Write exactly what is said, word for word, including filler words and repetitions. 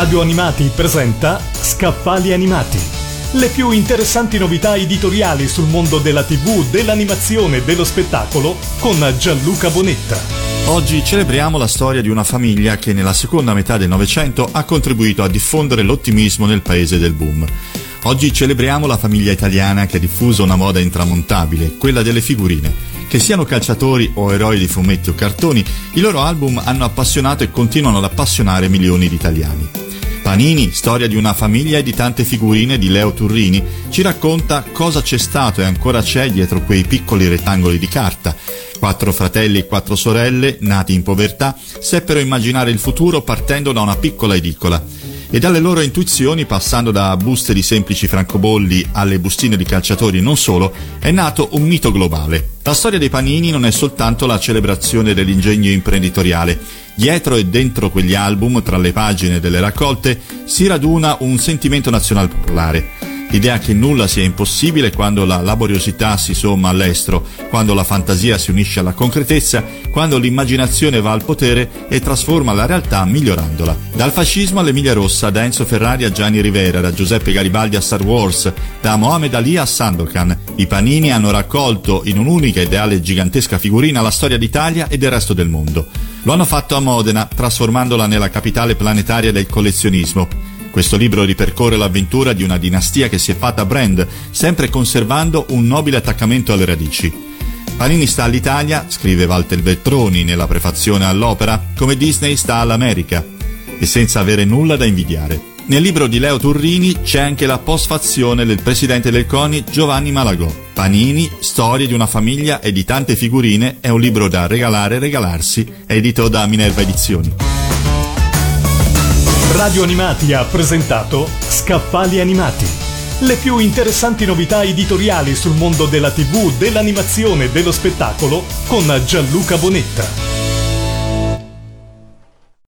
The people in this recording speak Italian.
Radio Animati presenta Scaffali Animati. Le più interessanti novità editoriali sul mondo della tivù, dell'animazione e dello spettacolo con Gianluca Bonetta. Oggi celebriamo la storia di una famiglia che nella seconda metà del Novecento ha contribuito a diffondere l'ottimismo nel paese del boom. Oggi celebriamo la famiglia italiana che ha diffuso una moda intramontabile, quella delle figurine. Che siano calciatori o eroi di fumetti o cartoni, i loro album hanno appassionato e continuano ad appassionare milioni di italiani. Panini, storia di una famiglia e di tante figurine di Leo Turrini, ci racconta cosa c'è stato e ancora c'è dietro quei piccoli rettangoli di carta. Quattro fratelli e quattro sorelle, nati in povertà, seppero immaginare il futuro partendo da una piccola edicola. E dalle loro intuizioni, passando da buste di semplici francobolli alle bustine di calciatori e non solo, è nato un mito globale. La storia dei Panini non è soltanto la celebrazione dell'ingegno imprenditoriale. Dietro e dentro quegli album, tra le pagine delle raccolte, si raduna un sentimento nazionale popolare. L'idea che nulla sia impossibile quando la laboriosità si somma all'estro, quando la fantasia si unisce alla concretezza, quando l'immaginazione va al potere e trasforma la realtà migliorandola. Dal fascismo all'Emilia Rossa, da Enzo Ferrari a Gianni Rivera, da Giuseppe Garibaldi a Star Wars, da Mohamed Ali a Sandokan, i Panini hanno raccolto in un'unica ideale gigantesca figurina la storia d'Italia e del resto del mondo. Lo hanno fatto a Modena, trasformandola nella capitale planetaria del collezionismo. Questo libro ripercorre l'avventura di una dinastia che si è fatta brand, sempre conservando un nobile attaccamento alle radici. Panini sta all'Italia, scrive Walter Veltroni nella prefazione all'opera, come Disney sta all'America, e senza avere nulla da invidiare. Nel libro di Leo Turrini c'è anche la postfazione del presidente del CONI Giovanni Malagò. Panini, storia di una famiglia e di tante figurine, è un libro da regalare e regalarsi, edito da Minerva Edizioni. Radio Animati ha presentato Scaffali Animati. Le più interessanti novità editoriali sul mondo della tivù, dell'animazione e dello spettacolo con Gianluca Bonetta.